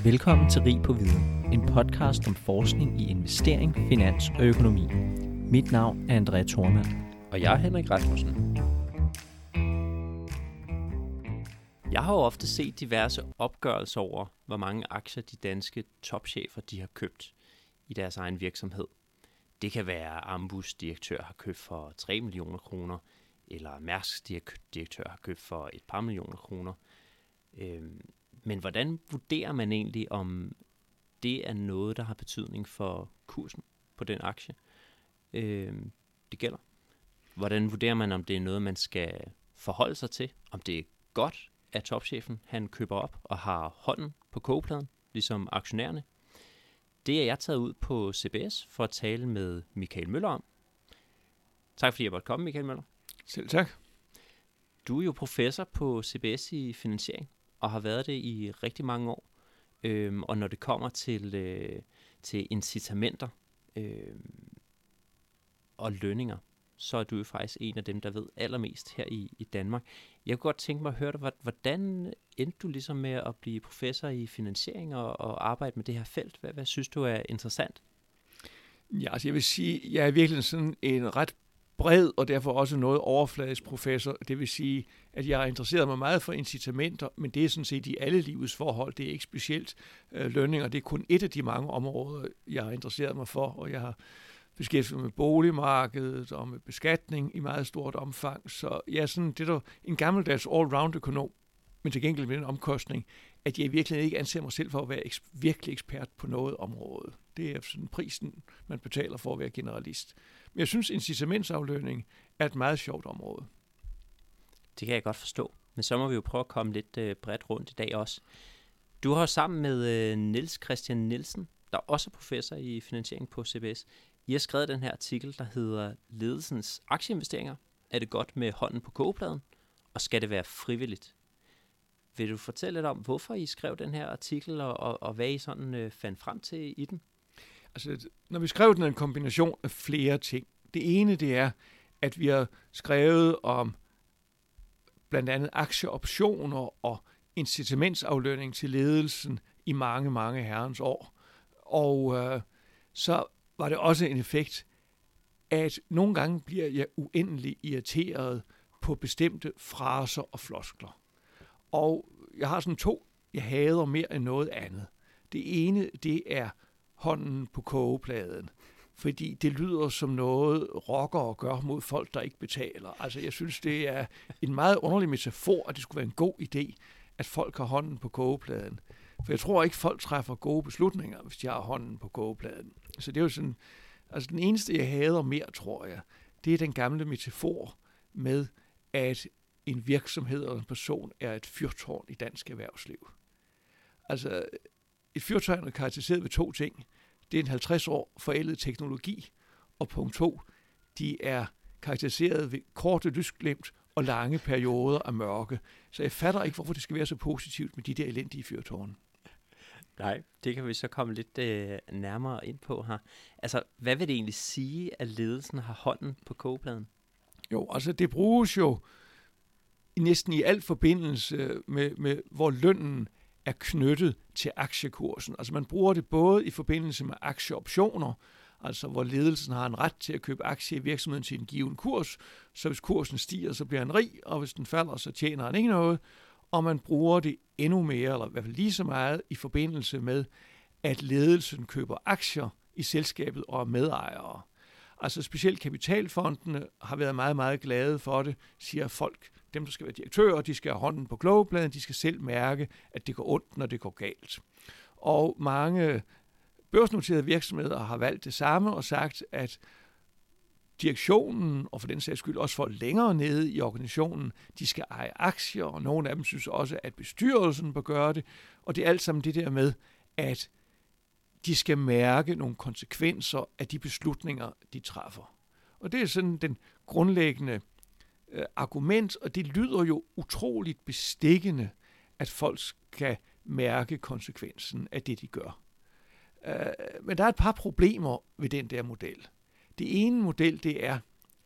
Velkommen til Rig på Viden, en podcast om forskning i investering, finans og økonomi. Mit navn er Andrea Thormann. Og jeg er Henrik Rasmussen. Jeg har jo ofte set diverse opgørelser over, hvor mange aktier de danske topchefer de har købt i deres egen virksomhed. Det kan være Ambus direktør har købt for 3 millioner kroner, eller Mærsks direktør har købt for et par millioner kroner. Men hvordan vurderer man egentlig, om det er noget, der har betydning for kursen på den aktie? Det gælder. Hvordan vurderer man, om det er noget, man skal forholde sig til? Om det er godt, at topchefen han køber op og har hånden på kogepladen, ligesom aktionærerne? Det er jeg taget ud på CBS for at tale med Michael Møller om. Tak fordi jeg måtte komme, Michael Møller. Selv tak. Du er jo professor på CBS i finansiering, og har været det i rigtig mange år. Og når det kommer til incitamenter og lønninger, så er du jo faktisk en af dem, der ved allermest her i Danmark. Jeg kunne godt tænke mig at høre dig, hvordan endte du ligesom med at blive professor i finansiering og arbejde med det her felt? Hvad synes du er interessant? Ja, altså jeg vil sige, jeg er virkelig sådan en ret bred og derfor også noget overfladisk professor. Det vil sige, at jeg har interesseret mig meget for incitamenter, men det er sådan set i alle livets forhold. Det er ikke specielt lønninger. Det er kun et af de mange områder, jeg har interesseret mig for, og jeg har beskæftiget mig med boligmarkedet og med beskatning i meget stort omfang. Så jeg er sådan, det er der en gammeldags all-round-økonom, men til gengæld med den omkostning, at jeg virkelig ikke anser mig selv for at være virkelig ekspert på noget område. Det er sådan prisen, man betaler for at være generalist. Men jeg synes, incitamentsaflønning er et meget sjovt område. Det kan jeg godt forstå. Men så må vi jo prøve at komme lidt bredt rundt i dag også. Du har sammen med Niels Christian Nielsen, der også er professor i finansiering på CBS. I har skrevet den her artikel, der hedder Ledelsens aktieinvesteringer. Er det godt med hånden på kogepladen? Og skal det være frivilligt? Vil du fortælle lidt om, hvorfor I skrev den her artikel, og hvad I sådan fandt frem til i den? Altså, når vi skrev den, er en kombination af flere ting. Det ene, det er, at vi har skrevet om blandt andet aktieoptioner og incitamentsaflønning til ledelsen i mange, mange herrens år. Og så var det også en effekt, at nogle gange bliver jeg uendelig irriteret på bestemte fraser og floskler. Og jeg har sådan to, jeg hader mere end noget andet. Det ene, det er hånden på kogepladen, fordi det lyder som noget rockere gør mod folk, der ikke betaler. Altså jeg synes, det er en meget underlig metafor, at det skulle være en god idé, at folk har hånden på kogepladen. For jeg tror ikke, folk træffer gode beslutninger, hvis de har hånden på kogepladen. Så det er jo sådan, altså den eneste, jeg hader mere, tror jeg, det er den gamle metafor med, at en virksomhed eller en person er et fyrtårn i dansk erhvervsliv. Altså, et fyrtårn er karakteriseret ved to ting. Det er en 50 år forældet teknologi, og punkt 2, de er karakteriseret ved korte lysglimt og lange perioder af mørke. Så jeg fatter ikke, hvorfor det skal være så positivt med de der elendige fyrtårne. Nej, det kan vi så komme lidt nærmere ind på her. Altså, hvad vil det egentlig sige, at ledelsen har hånden på kogepladen? Jo, altså det bruges jo næsten i al forbindelse med hvor lønnen er knyttet til aktiekursen. Altså man bruger det både i forbindelse med aktieoptioner, altså hvor ledelsen har en ret til at købe aktier i virksomheden til en given kurs, så hvis kursen stiger, så bliver han rig, og hvis den falder, så tjener han ikke noget. Og man bruger det endnu mere, eller i hvert fald lige så meget, i forbindelse med, at ledelsen køber aktier i selskabet og er medejere. Altså specielt kapitalfondene har været meget, meget glade for det, siger folk. Dem, der skal være direktører, de skal have hånden på kogepladen, de skal selv mærke, at det går ondt, når det går galt. Og mange børsnoterede virksomheder har valgt det samme og sagt, at direktionen, og for den sags skyld også folk længere nede i organisationen, de skal eje aktier, og nogle af dem synes også, at bestyrelsen bør gøre det. Og det er alt sammen det der med, at de skal mærke nogle konsekvenser af de beslutninger, de træffer. Og det er sådan den grundlæggende argument, og det lyder jo utroligt bestikkende, at folk skal mærke konsekvensen af det, de gør. Men der er et par problemer ved den der model. Det ene model, det er,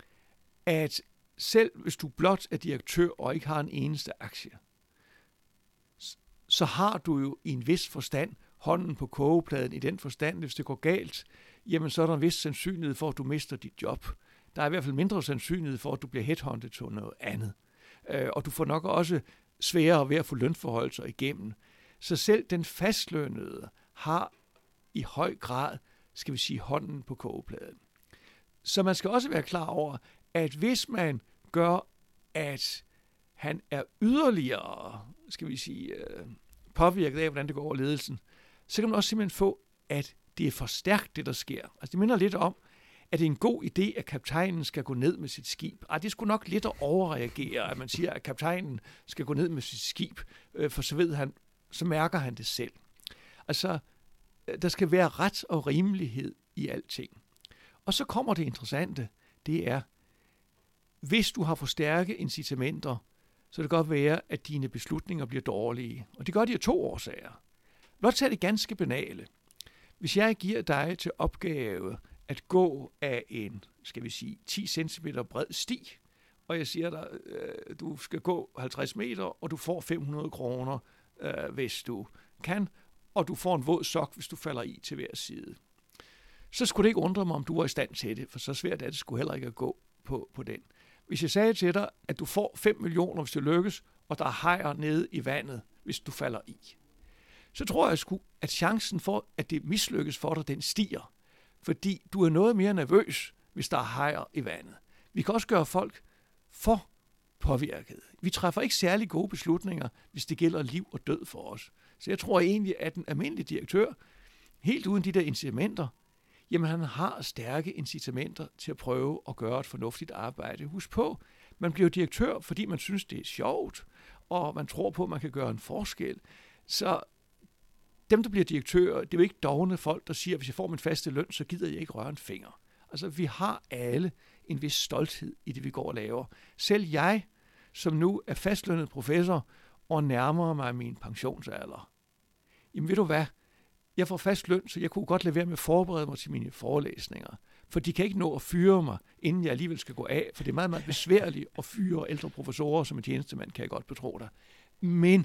at selv hvis du blot er direktør og ikke har en eneste aktie, så har du jo i en vis forstand hånden på kogepladen i den forstand, hvis det går galt, jamen så er der en vis sandsynlighed for, at du mister dit job. Der er i hvert fald mindre sandsynlighed for, at du bliver headhunted til noget andet. Og du får nok også sværere ved at få lønforholdelser igennem. Så selv den fastlønnede har i høj grad, skal vi sige, hånden på kogepladen. Så man skal også være klar over, at hvis man gør, at han er yderligere, skal vi sige, påvirket af, hvordan det går over ledelsen, så kan man også simpelthen få, at det er for stærkt, det der sker. Altså det minder lidt om, at det er en god idé, at kaptajnen skal gå ned med sit skib. Det er sgu nok lidt at overreagere, at man siger, at kaptajnen skal gå ned med sit skib, for så mærker han det selv. Altså, der skal være ret og rimelighed i alting. Og så kommer det interessante, det er, hvis du har for stærke incitamenter, så det kan godt være, at dine beslutninger bliver dårlige. Og det gør de af 2 årsager. Blot tage det ganske banale. Hvis jeg giver dig til opgave at gå af en, skal vi sige, 10 cm bred sti, og jeg siger dig, du skal gå 50 meter, og du får 500 kroner, hvis du kan, og du får en våd sok, hvis du falder i til hver side. Så skulle det ikke undre mig, om du er i stand til det, for så svært er det sgu heller ikke at gå på den. Hvis jeg sagde til dig, at du får 5 millioner, hvis det lykkes, og der er hajer nede i vandet, hvis du falder i, så tror jeg sgu, at chancen for, at det mislykkes for dig, den stiger. Fordi du er noget mere nervøs, hvis der er hajer i vandet. Vi kan også gøre folk for påvirket. Vi træffer ikke særlig gode beslutninger, hvis det gælder liv og død for os. Så jeg tror egentlig, at en almindelig direktør, helt uden de der incitamenter, jamen han har stærke incitamenter til at prøve at gøre et fornuftigt arbejde. Husk på, man bliver direktør, fordi man synes, det er sjovt, og man tror på, at man kan gøre en forskel. Så dem, der bliver direktører, det er jo ikke dovne folk, der siger, at hvis jeg får min faste løn, så gider jeg ikke røre en finger. Altså, vi har alle en vis stolthed i det, vi går og laver. Selv jeg, som nu er fastlønnet professor og nærmer mig min pensionsalder. Jamen ved du hvad? Jeg får fast løn, så jeg kunne godt lade være med at forberede mig til mine forelæsninger. For de kan ikke nå at fyre mig, inden jeg alligevel skal gå af. For det er meget, meget besværligt at fyre ældre professorer som en tjenestemand, kan jeg godt betro dig. Men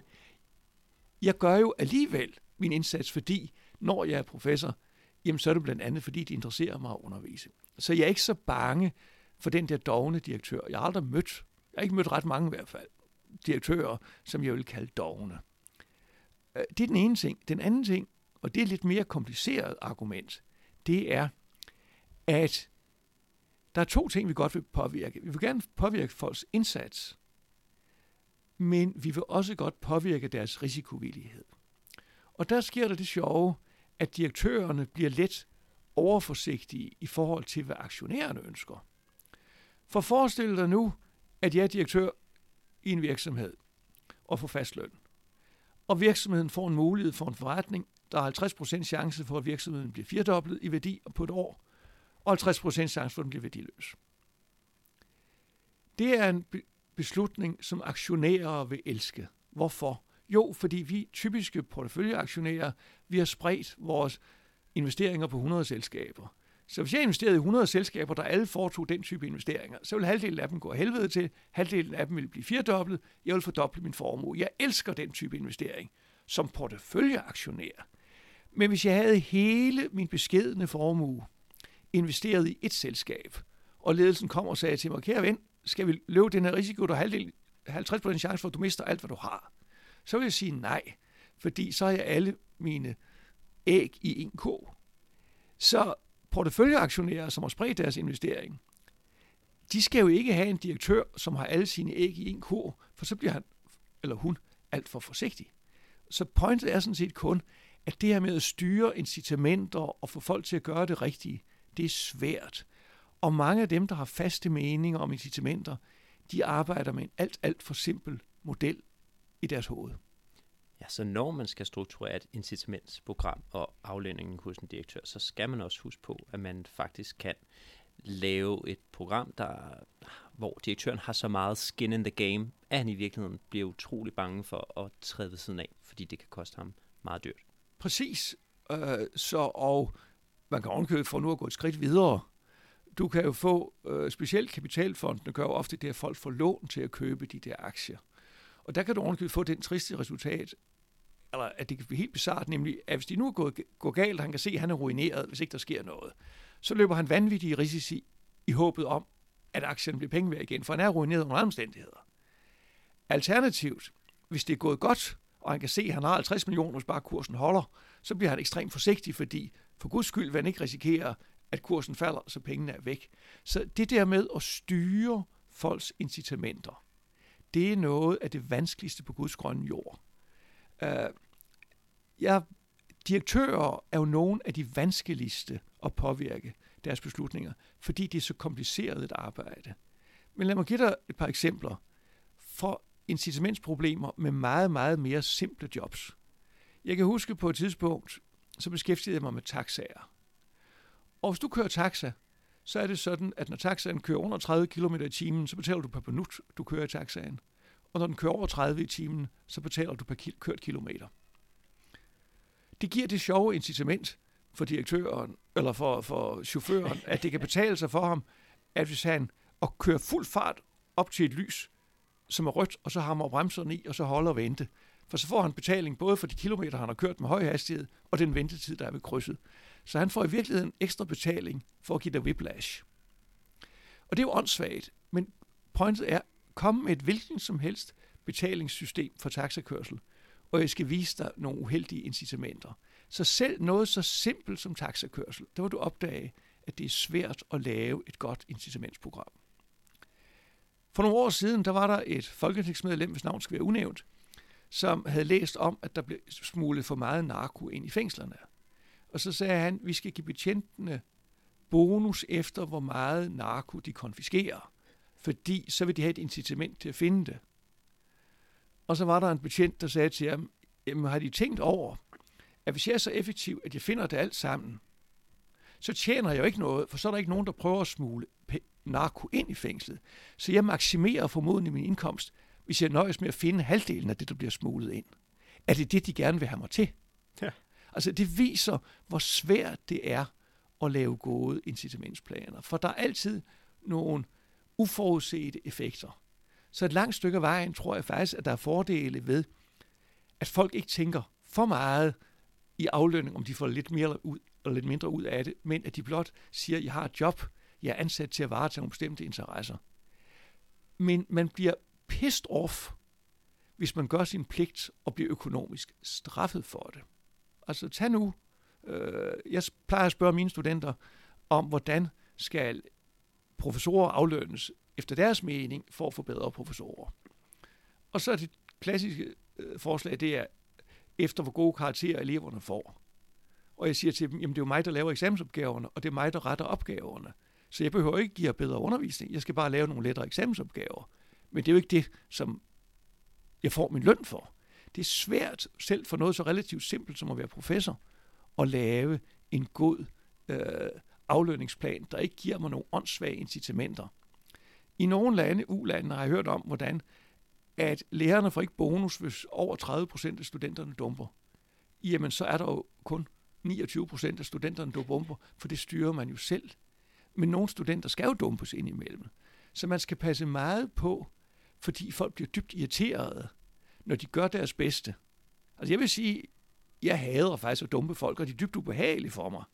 jeg gør jo alligevel min indsats, fordi når jeg er professor, jamen så er det blandt andet, fordi det interesserer mig at undervise. Så jeg er ikke så bange for den der dovne direktør. Jeg har ikke mødt ret mange i hvert fald, direktører, som jeg vil kalde dovne. Det er den ene ting. Den anden ting, og det er et lidt mere kompliceret argument, det er, at der er 2 ting, vi godt vil påvirke. Vi vil gerne påvirke folks indsats, men vi vil også godt påvirke deres risikovillighed. Og der sker der det sjove, at direktørerne bliver let overforsigtige i forhold til, hvad aktionærerne ønsker. For forestil dig nu, at jeg er direktør i en virksomhed og får fast løn. Og virksomheden får en mulighed for en forretning. Der er 50% chance for, at virksomheden bliver 4-doblet i værdi på et år, og 50% chance for, at den bliver værdiløs. Det er en beslutning, som aktionærer vil elske. Hvorfor? Jo, fordi vi typiske porteføljeaktionærer, vi har spredt vores investeringer på 100 selskaber. Så hvis jeg investerede i 100 selskaber, der alle foretog den type investeringer, så vil halvdelen af dem gå af helvede til, halvdelen af dem vil blive 4-doblet, jeg vil fordoble min formue. Jeg elsker den type investering som porteføljeaktionær. Men hvis jeg havde hele min beskedne formue investeret i et selskab, og ledelsen kom og sagde til mig, kære ven, skal vi løbe den her risiko, der er 50% chance for, at du mister alt, hvad du har, så vil jeg sige nej, fordi så har jeg alle mine æg i en ko. Så porteføljeaktionærer, som har spredt deres investering, de skal jo ikke have en direktør, som har alle sine æg i en ko, for så bliver han eller hun alt for forsigtig. Så pointet er sådan set kun, at det her med at styre incitamenter og få folk til at gøre det rigtige, det er svært. Og mange af dem, der har faste meninger om incitamenter, de arbejder med en alt for simpel model i deres hoved. Ja, så når man skal strukturere et incitamentsprogram og aflønningen hos en direktør, så skal man også huske på, at man faktisk kan lave et program, hvor direktøren har så meget skin in the game, at han i virkeligheden bliver utrolig bange for at træde ved siden af, fordi det kan koste ham meget dyrt. Præcis. Og man kan ovenkøbe for nu at gå et skridt videre. Du kan jo få, specielt kapitalfondene gør jo ofte det, at folk får lån til at købe de der aktier. Og der kan du ovenkøbe få den triste resultat, eller at det kan blive helt bizarrt, nemlig at hvis det nu går galt, og han kan se, at han er ruineret, hvis ikke der sker noget, så løber han vanvittige risici i håbet om, at aktien bliver penge værd igen, for han er ruineret under omstændigheder. Alternativt, hvis det er gået godt, og han kan se, at han har 50 millioner, hvis bare kursen holder, så bliver han ekstremt forsigtig, fordi for guds skyld vil han ikke risikere, at kursen falder, så pengene er væk. Så det der med at styre folks incitamenter, det er noget af det vanskeligste på Guds grønne jord. Direktører er jo nogle af de vanskeligste at påvirke deres beslutninger, fordi det er så kompliceret et arbejde. Men lad mig give dig et par eksempler for incitamentsproblemer med meget, meget mere simple jobs. Jeg kan huske på et tidspunkt, så beskæftigede jeg mig med taxaer. Og hvis du kører taxa, så er det sådan, at når taxaen kører under 30 km i timen, så betaler du per minut, du kører i taxaen. Og når den kører over 30 i timen, så betaler du per kørt kilometer. Det giver det sjove incitament for direktøren, eller for chaufføren, at det kan betale sig for ham, at hvis han kører fuld fart op til et lys, som er rødt, og så hammer bremserne i, og så holder og vente. For så får han betaling både for de kilometer, han har kørt med høj hastighed, og den ventetid, der er ved krydset. Så han får i virkeligheden ekstra betaling for at give dig whiplash. Og det er jo åndssvagt, men pointet er, kom med et hvilken som helst betalingssystem for taxakørsel, og jeg skal vise dig nogle uheldige incitamenter. Så selv noget så simpelt som taxakørsel, der vil du opdage, at det er svært at lave et godt incitamentsprogram. For nogle år siden, der var der et folketingsmedlem, hvis navn skal være unævnt, som havde læst om, at der blev smuglet for meget narko ind i fængslerne. Og så sagde han, at vi skal give betjentene bonus efter, hvor meget narko de konfiskerer, fordi så vil de have et incitament til at finde det. Og så var der en betjent, der sagde til ham, jamen har de tænkt over, at hvis jeg er så effektiv, at jeg finder det alt sammen, så tjener jeg jo ikke noget, for så er der ikke nogen, der prøver at smugle narko ind i fængslet. Så jeg maksimerer formodentlig min indkomst, hvis jeg nøjes med at finde halvdelen af det, der bliver smuglet ind. Er det det, de gerne vil have mig til? Ja. Altså det viser, hvor svært det er at lave gode incitamentsplaner, for der er altid nogle uforudsete effekter. Så et langt stykke af vejen tror jeg faktisk, at der er fordele ved, at folk ikke tænker for meget i aflønning, om de får lidt mere ud eller lidt mindre ud af det, men at de blot siger, at jeg har et job, jeg er ansat til at varetage nogle bestemte interesser. Men man bliver pissed off, hvis man gør sin pligt og bliver økonomisk straffet for det. Altså tag nu, jeg plejer at spørge mine studenter om, hvordan skal professorer aflønnes efter deres mening for at få bedre professorer. Og så er det klassiske forslag, det er efter hvor gode karakterer eleverne får. Og jeg siger til dem, jamen det er jo mig, der laver eksamensopgaverne, og det er mig, der retter opgaverne. Så jeg behøver ikke give jer bedre undervisning, jeg skal bare lave nogle lettere eksamensopgaver. Men det er jo ikke det, som jeg får min løn for. Det er svært, selv for noget så relativt simpelt som at være professor, at lave en god aflønningsplan, der ikke giver mig nogle åndssvage incitamenter. I nogle lande, U-landene, har jeg hørt om, hvordan at lærerne får ikke bonus, hvis over 30% af studenterne dumper. Jamen, så er der jo kun 29% af studenterne, der dumper, for det styrer man jo selv. Men nogle studenter skal jo dumpes indimellem. Så man skal passe meget på, fordi folk bliver dybt irriterede, når de gør deres bedste. Altså jeg vil sige, jeg hader faktisk at dumpe folk, og de er dybt ubehagelige for mig.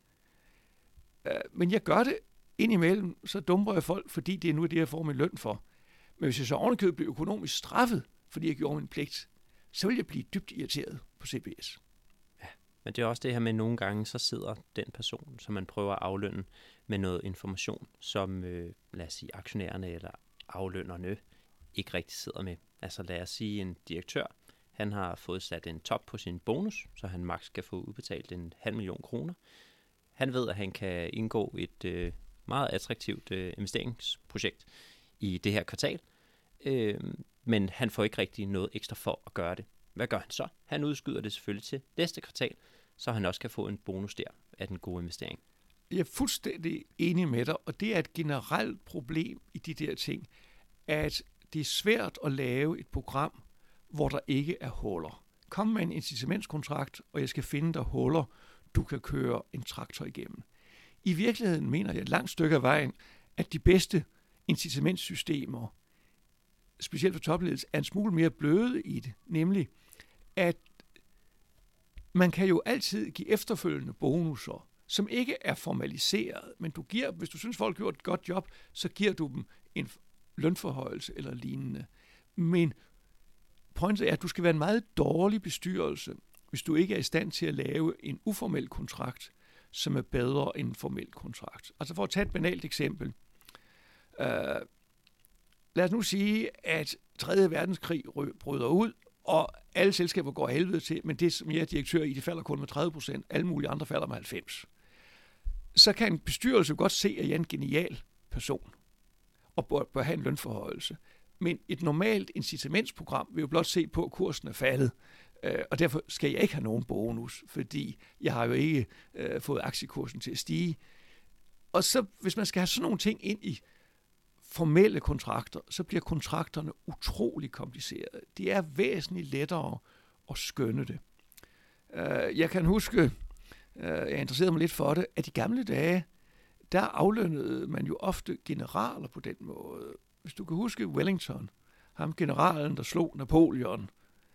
Men jeg gør det indimellem, så dumper jeg folk, fordi det er nu det, jeg får min løn for. Men hvis jeg så ovenikøbet bliver økonomisk straffet, fordi jeg gjorde min pligt, så vil jeg blive dybt irriteret på CBS. Ja, men det er også det her med, at nogle gange så sidder den person, som man prøver at aflønne med noget information, som lad os sige aktionærerne eller aflønnerne ikke rigtig sidder med. Altså lad os sige en direktør, han har fået sat en top på sin bonus, så han maks skal få udbetalt 500.000 kroner. Han ved, at han kan indgå et meget attraktivt investeringsprojekt i det her kvartal, men han får ikke rigtig noget ekstra for at gøre det. Hvad gør han så? Han udskyder det selvfølgelig til næste kvartal, så han også kan få en bonus der af den gode investering. Jeg er fuldstændig enig med dig, og det er et generelt problem i de der ting, at det er svært at lave et program, hvor der ikke er huller. Kom med en incitamentskontrakt, og jeg skal finde dig huller, du kan køre en traktor igennem. I virkeligheden mener jeg et langt stykke af vejen, at de bedste incitamentssystemer, specielt for topledelse, er en smule mere bløde i det, nemlig at man kan jo altid give efterfølgende bonusser, som ikke er formaliseret, men du giver, hvis du synes, folk gjorde et godt job, så giver du dem en lønforhøjelse eller lignende. Men pointet er, at du skal være en meget dårlig bestyrelse, hvis du ikke er i stand til at lave en uformel kontrakt, som er bedre end en formel kontrakt. Altså for at tage et banalt eksempel. Lad os nu sige, at 3. verdenskrig bryder ud, og alle selskaber går af helvede til, men det som jeg er direktør i, de falder kun med 30%, alle mulige andre falder med 90%. Så kan en bestyrelse godt se, at jeg er en genial person, og bør have en lønforhøjelse. Men et normalt incitamentsprogram vil jo blot se på, at kursen er faldet, og derfor skal jeg ikke have nogen bonus, fordi jeg har jo ikke fået aktiekursen til at stige. Og så, hvis man skal have sådan nogle ting ind i formelle kontrakter, så bliver kontrakterne utrolig komplicerede. Det er væsentligt lettere at skønne det. Jeg kan huske, jeg interesserede mig lidt for det, at i gamle dage, der aflønnede man jo ofte generaler på den måde. Hvis du kan huske Wellington, ham generalen, der slog Napoleon,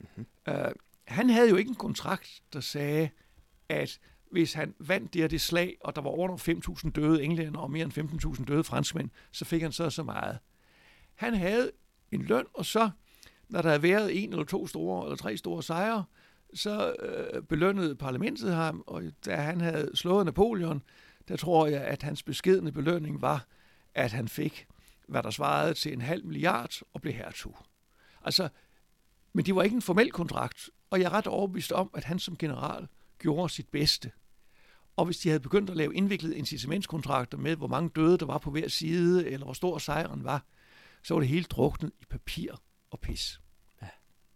han havde jo ikke en kontrakt, der sagde, at hvis han vandt det slag, og der var over 5.000 døde englænder og mere end 15.000 døde franskmænd, så fik han så meget. Han havde en løn, og så, når der havde været 1 eller 2 store eller 3 store sejre, så belønnede parlamentet ham, og da han havde slået Napoleon, der tror jeg, at hans beskedne belønning var, at han fik, hvad der svarede til 0,5 milliard og blev hertug. Altså, men det var ikke en formel kontrakt, og jeg er ret overbevist om, at han som general gjorde sit bedste. Og hvis de havde begyndt at lave indviklede incitamentskontrakter med, hvor mange døde der var på hver side, eller hvor stor sejren var, så var det helt druknet i papir og pis. Ja.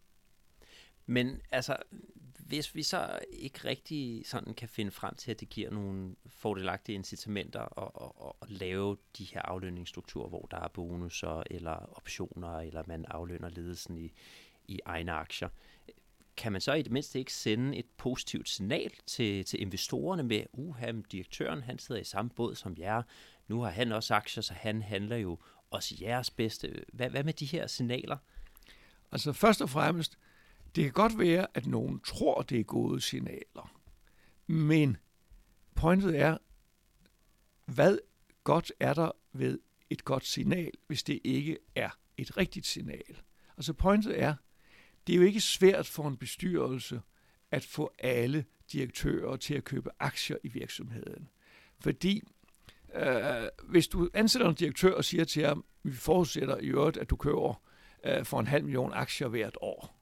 Men altså, hvis vi så ikke rigtig sådan kan finde frem til, at det giver nogle fordelagtige incitamenter at lave de her aflønningsstrukturer, hvor der er bonusser eller optioner, eller man aflønner ledelsen i egne aktier, kan man så i det mindste ikke sende et positivt signal til investorerne med, direktøren, han sidder i samme båd som jer, nu har han også aktier, så han handler jo også jeres bedste. Hvad med de her signaler? Altså først og fremmest, det kan godt være, at nogen tror, det er gode signaler, men pointet er, hvad godt er der ved et godt signal, hvis det ikke er et rigtigt signal? Altså pointet er, det er jo ikke svært for en bestyrelse at få alle direktører til at købe aktier i virksomheden. Fordi hvis du ansætter en direktør og siger til ham, vi forudsætter i øvrigt, at du køber for 500.000 aktier hvert år.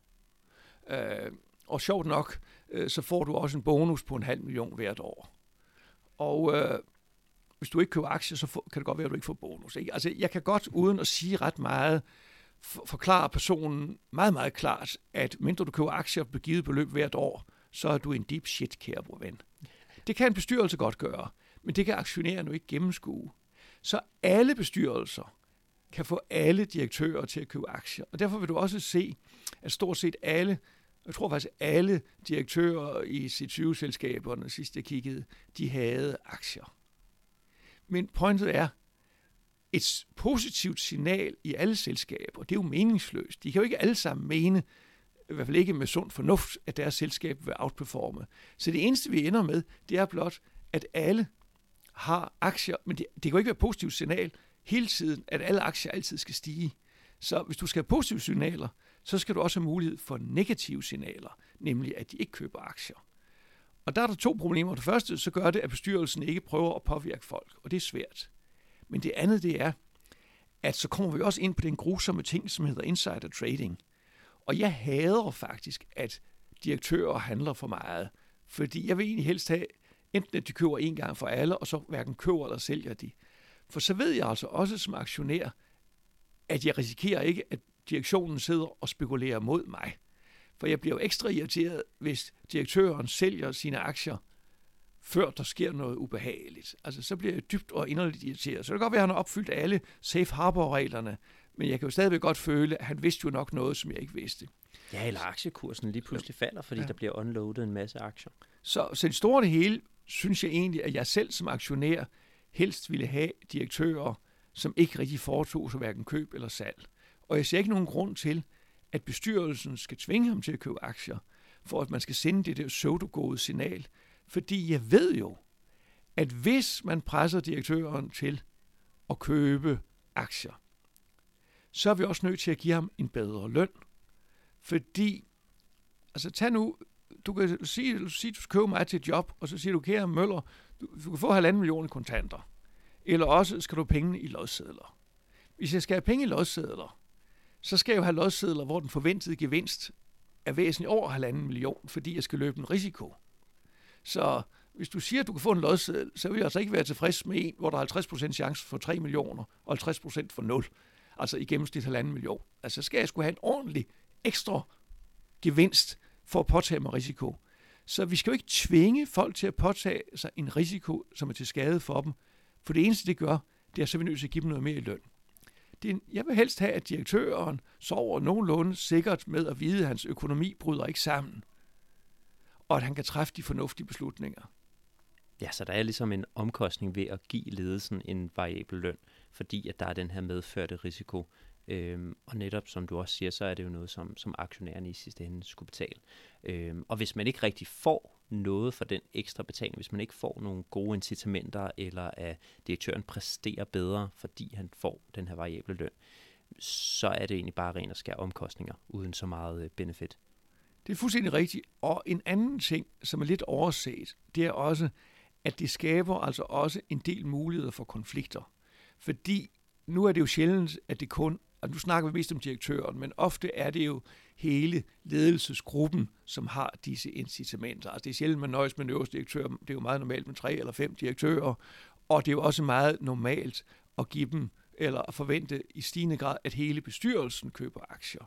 Og sjovt nok, så får du også en bonus på 500.000 hvert år. Og hvis du ikke køber aktier, så kan det godt være, at du ikke får bonus. Ikke? Altså, jeg kan godt, uden at sige ret meget, forklare personen meget, meget klart, at mindre du køber aktier på givet beløb hvert år, så er du en deep shit, kære bror ven. Det kan en bestyrelse godt gøre, men det kan aktionærer nu ikke gennemskue. Så alle bestyrelser kan få alle direktører til at købe aktier. Og derfor vil du også se, at stort set alle, jeg tror faktisk alle direktører i C20-selskaberne, sidst jeg kiggede, de havde aktier. Men pointet er, et positivt signal i alle selskaber, det er jo meningsløst. De kan jo ikke alle sammen mene, i hvert fald ikke med sund fornuft, at deres selskab vil outperforme. Så det eneste, vi ender med, det er blot, at alle har aktier, men det kan jo ikke være et positivt signal hele tiden, at alle aktier altid skal stige. Så hvis du skal have positive signaler, så skal du også have mulighed for negative signaler, nemlig at de ikke køber aktier. Og der er der 2 problemer. Det første, så gør det, at bestyrelsen ikke prøver at påvirke folk, og det er svært. Men det andet, det er, at så kommer vi også ind på den grusomme ting, som hedder insider trading. Og jeg hader faktisk, at direktører handler for meget, fordi jeg vil egentlig helst have, enten at de køber en gang for alle, og så hverken køber eller sælger de. For så ved jeg altså også som aktionær, at jeg risikerer ikke, at direktionen sidder og spekulerer mod mig. For jeg bliver jo ekstra irriteret, hvis direktøren sælger sine aktier, før der sker noget ubehageligt. Altså, så bliver jeg dybt og inderligt irriteret. Så det kan godt være, at han har opfyldt alle safe harbor-reglerne, men jeg kan jo stadigvæk godt føle, at han vidste jo nok noget, som jeg ikke vidste. Ja, eller aktiekursen lige pludselig falder, fordi der bliver unloadet en masse aktier. Så det store det hele, synes jeg egentlig, at jeg selv som aktionær helst ville have direktører, som ikke rigtig foretog sig hverken køb eller salg. Og jeg ser ikke nogen grund til, at bestyrelsen skal tvinge ham til at købe aktier. for at man skal sende det der pseudogode signal. Fordi jeg ved jo, at hvis man presser direktøren til at købe aktier, så er vi også nødt til at give ham en bedre løn. Fordi, altså tag nu, du kan sige, du skal købe mig til et job, og så siger du, kære Møller, du kan få 1,5 million i kontanter. Eller også skal du have pengene i lodsedler. Hvis jeg skal have penge i lodsedler, så skal jeg jo have lodsedler, hvor den forventede gevinst er væsentligt over 1,5 million, fordi jeg skal løbe en risiko. Så hvis du siger, at du kan få en lodseddel, så vil jeg altså ikke være tilfreds med en, hvor der er 50% chance for 3 millioner, og 50% for 0. Altså i gennemsnit 1,5 million. Altså skal jeg skulle have en ordentlig ekstra gevinst for at påtage mig risiko. Så vi skal jo ikke tvinge folk til at påtage sig en risiko, som er til skade for dem. For det eneste, det gør, det er så vi nødt til at give dem noget mere i løn. Jeg vil helst have, at direktøren sover nogenlunde sikkert med at vide, at hans økonomi bryder ikke sammen. Og at han kan træffe de fornuftige beslutninger. Ja, så der er ligesom en omkostning ved at give ledelsen en variabel løn, fordi at der er den her medførte risiko. Og netop, som du også siger, så er det jo noget, som aktionærerne i sidste ende skulle betale. Og hvis man ikke rigtig får noget for den ekstra betaling, hvis man ikke får nogle gode incitamenter, eller at direktøren præsterer bedre, fordi han får den her variable løn, så er det egentlig bare ren og skær omkostninger, uden så meget benefit. Det er fuldstændig rigtigt. Og en anden ting, som er lidt overset, det er også, at det skaber altså også en del muligheder for konflikter. Fordi nu er det jo sjældent, at det kun, og nu snakker vi mest om direktøren, men ofte er det jo hele ledelsesgruppen, som har disse incitamenter. Altså det er sjældent, man nøjes med en øverste direktør. Det er jo meget normalt med 3 eller 5 direktører. Og det er jo også meget normalt at give dem, eller at forvente i stigende grad, at hele bestyrelsen køber aktier.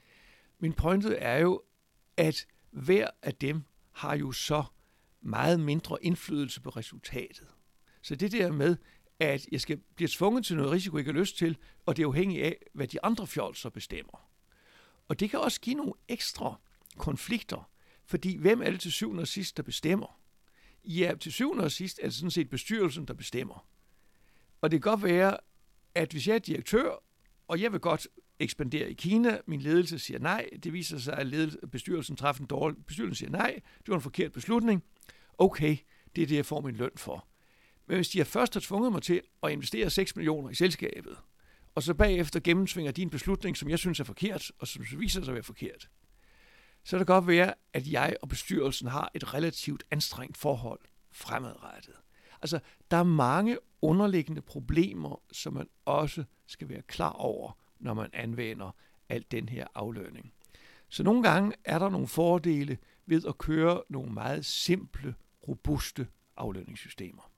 Min pointe er jo, at hver af dem har jo så meget mindre indflydelse på resultatet. Så det der med, at jeg skal blive tvunget til noget risiko, jeg ikke har lyst til, og det er afhængigt af, hvad de andre fjolser bestemmer. Og det kan også give nogle ekstra konflikter, fordi hvem er det til syvende og sidst, der bestemmer? Ja, til syvende og sidst er det sådan set bestyrelsen, der bestemmer. Og det kan godt være, at hvis jeg er direktør, og jeg vil godt ekspandere i Kina, min ledelse siger nej, det viser sig, at bestyrelsen træffer en dårlig, bestyrelsen siger nej, det var en forkert beslutning, okay, det er det, jeg får min løn for. Men hvis de først har tvunget mig til at investere 6 millioner i selskabet, og så bagefter gennemtvinger de en beslutning, som jeg synes er forkert, og som viser sig at være forkert, så kan det godt være, at jeg og bestyrelsen har et relativt anstrengt forhold fremadrettet. Altså, der er mange underliggende problemer, som man også skal være klar over, når man anvender alt den her aflønning. Så nogle gange er der nogle fordele ved at køre nogle meget simple, robuste aflønningssystemer.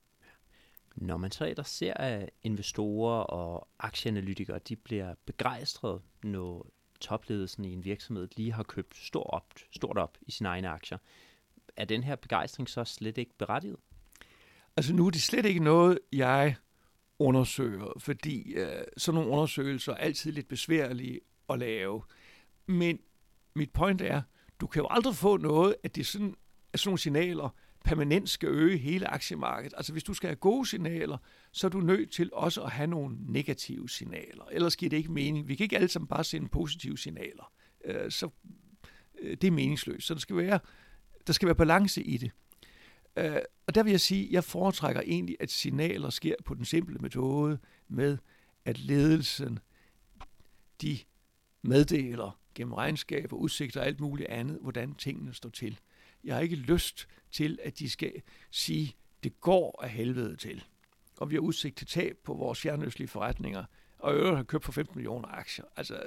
Når man så ellers ser, at investorer og aktieanalytikere, de bliver begejstrede, når topledelsen i en virksomhed lige har købt stort op i sine egne aktier, er den her begejstring så slet ikke berettiget? Altså nu er det slet ikke noget, jeg undersøger, fordi sådan nogle undersøgelser er altid lidt besværlige at lave. Men mit point er, du kan jo aldrig få noget, at det sådan nogle signaler permanent skal øge hele aktiemarkedet. Altså hvis du skal have gode signaler, så er du nødt til også at have nogle negative signaler. Ellers giver det ikke mening. Vi kan ikke alle sammen bare sende positive signaler. Så det er meningsløst. Så der skal være balance i det. Og der vil jeg sige, at jeg foretrækker egentlig, at signaler sker på den simple metode med, at ledelsen, de meddeler gennem regnskab og udsigter og alt muligt andet, hvordan tingene står til. Jeg har ikke lyst til, at de skal sige, det går af helvede til. Og vi har udsigt til tab på vores fjernøstlige forretninger, og i øvrigt har købt for 15 millioner aktier. Altså,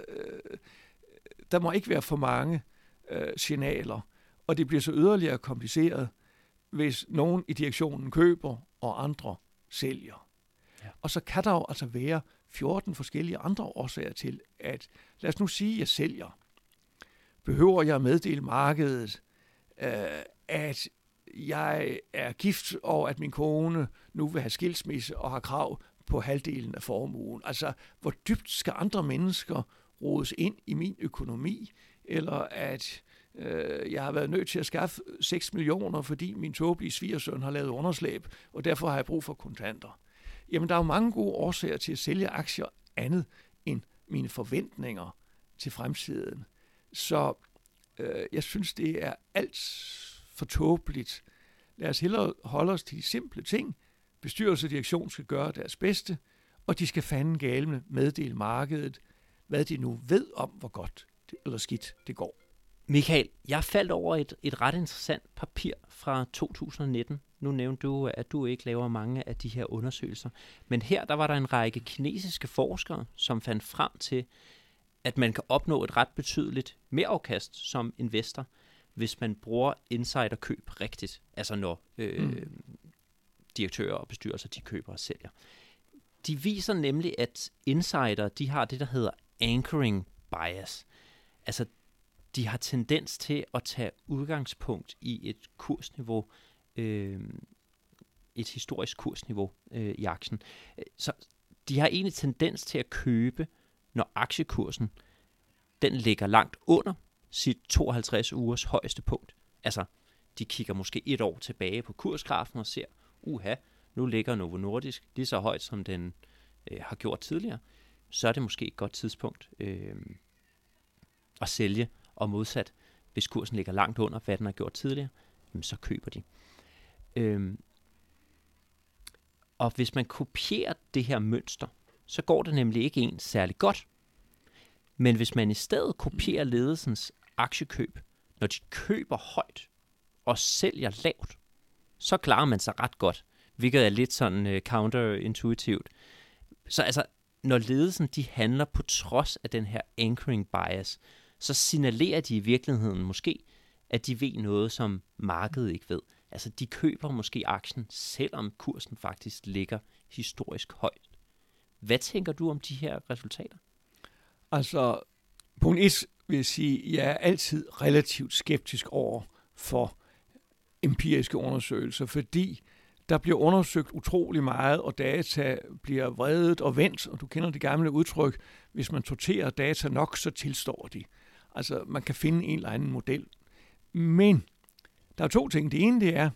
der må ikke være for mange signaler, og det bliver så yderligere kompliceret, hvis nogen i direktionen køber, og andre sælger. Ja. Og så kan der jo altså være 14 forskellige andre årsager til, at lad os nu sige, at jeg sælger. Behøver jeg at meddele markedet, at jeg er gift, og at min kone nu vil have skilsmisse og har krav på halvdelen af formuen? Altså, hvor dybt skal andre mennesker rodes ind i min økonomi, eller at jeg har været nødt til at skaffe 6 millioner, fordi min tåbelige svigersøn har lavet underslæb, og derfor har jeg brug for kontanter. Jamen, der er jo mange gode årsager til at sælge aktier andet end mine forventninger til fremtiden. Så Jeg synes, det er alt for tåbeligt. Lad os hellere holde os til de simple ting. Bestyrelse og direktion skal gøre deres bedste, og de skal fanden galme meddele markedet, hvad de nu ved om, hvor godt eller skidt det går. Michael, jeg faldt over et ret interessant papir fra 2019. Nu nævnte du, at du ikke laver mange af de her undersøgelser. Men her der var der en række kinesiske forskere, som fandt frem til, at man kan opnå et ret betydeligt merafkast som investor, hvis man bruger insiderkøb rigtigt. Altså når direktører og bestyrelser, de køber og sælger. De viser nemlig, at insider, de har det, der hedder anchoring bias. Altså, de har tendens til at tage udgangspunkt i et kursniveau, et historisk kursniveau i aktien. Så de har egentlig tendens til at købe, når aktiekursen den ligger langt under sit 52 ugers højeste punkt. Altså, de kigger måske et år tilbage på kursgrafen og ser, nu ligger Novo Nordisk lige så højt, som den har gjort tidligere. Så er det måske et godt tidspunkt at sælge, og modsat, hvis kursen ligger langt under, hvad den har gjort tidligere, så køber de. Og hvis man kopierer det her mønster, så går det nemlig ikke en særlig godt. Men hvis man i stedet kopierer ledelsens aktiekøb, når de køber højt og sælger lavt, så klarer man sig ret godt, hvilket er lidt sådan counterintuitivt. Så altså, når ledelsen de handler på trods af den her anchoring bias, så signalerer de i virkeligheden måske, at de ved noget, som markedet ikke ved. Altså, de køber måske aktien, selvom kursen faktisk ligger historisk højt. Hvad tænker du om de her resultater? Altså, punkt 1 vil jeg sige, at jeg er altid relativt skeptisk over for empiriske undersøgelser, fordi der bliver undersøgt utrolig meget, og data bliver vredet og vendt, og du kender det gamle udtryk, hvis man sorterer data nok, så tilstår de. Altså, man kan finde en eller anden model. Men der er 2 ting. Det ene, det er,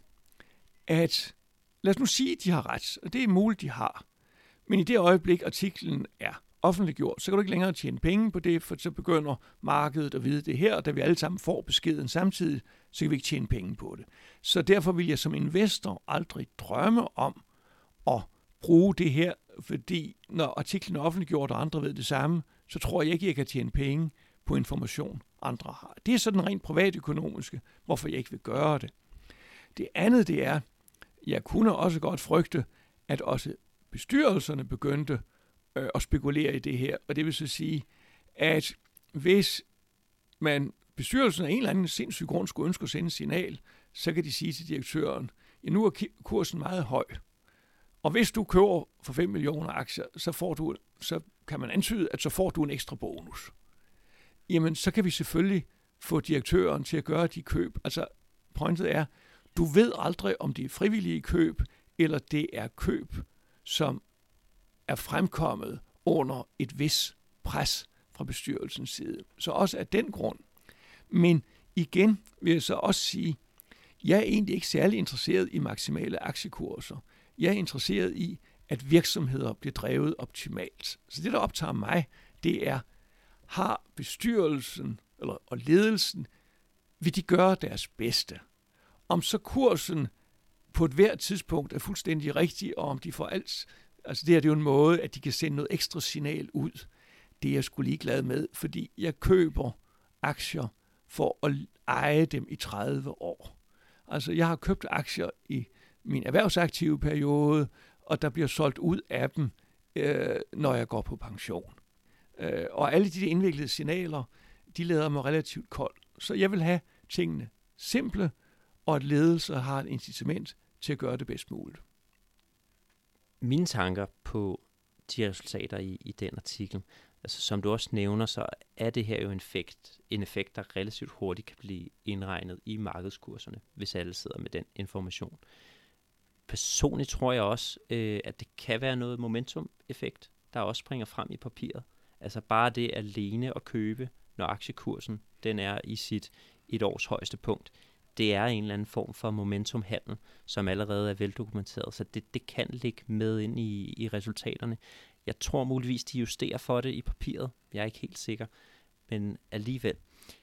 at lad os nu sige, at de har ret, og det er muligt, de har. Men i det øjeblik, artiklen er offentliggjort, så kan du ikke længere tjene penge på det, for så begynder markedet at vide det her, og da vi alle sammen får beskeden samtidig, så kan vi ikke tjene penge på det. Så derfor vil jeg som investor aldrig drømme om at bruge det her, fordi når artiklen er offentliggjort, og andre ved det samme, så tror jeg ikke, jeg kan tjene penge på information, andre har. Det er sådan rent privatøkonomiske, hvorfor jeg ikke vil gøre det. Det andet, det er, jeg kunne også godt frygte, at også bestyrelserne begyndte at spekulere i det her. Og det vil så sige, at hvis bestyrelsen af en eller anden sindssyg grund skulle ønske at sende et signal, så kan de sige til direktøren, ja, nu er kursen meget høj. Og hvis du køber for 5 millioner aktier, så kan man antyde, at så får du en ekstra bonus. Jamen, så kan vi selvfølgelig få direktøren til at gøre de køb. Altså, pointet er, du ved aldrig, om det er frivillige køb, eller det er køb, som er fremkommet under et vis pres fra bestyrelsens side. Så også af den grund. Men igen vil jeg så også sige, jeg er egentlig ikke særlig interesseret i maksimale aktiekurser. Jeg er interesseret i, at virksomheder bliver drevet optimalt. Så det, der optager mig, det er, har bestyrelsen og ledelsen, vil de gøre deres bedste? Om så kursen på et hvert tidspunkt er fuldstændig rigtig, og om de får alt. Altså det her, det er jo en måde, at de kan sende noget ekstra signal ud. Det er jeg sgu ligeglad med, fordi jeg køber aktier for at eje dem i 30 år. Altså jeg har købt aktier i min erhvervsaktive periode, og der bliver solgt ud af dem, når jeg går på pension. Og alle de indviklede signaler, de lader mig relativt kold. Så jeg vil have tingene simple, og at ledelse har et incitament til at gøre det bedst muligt. Mine tanker på de resultater i den artikel, altså som du også nævner, så er det her jo en effekt, der relativt hurtigt kan blive indregnet i markedskurserne, hvis alle sidder med den information. Personligt tror jeg også, at det kan være noget momentum-effekt, der også springer frem i papiret. Altså bare det alene at købe, når aktiekursen den er i sit 1 års højeste punkt, det er en eller anden form for momentumhandel, som allerede er veldokumenteret, så det kan ligge med ind i resultaterne. Jeg tror muligvis, de justerer for det i papiret. Jeg er ikke helt sikker, men alligevel.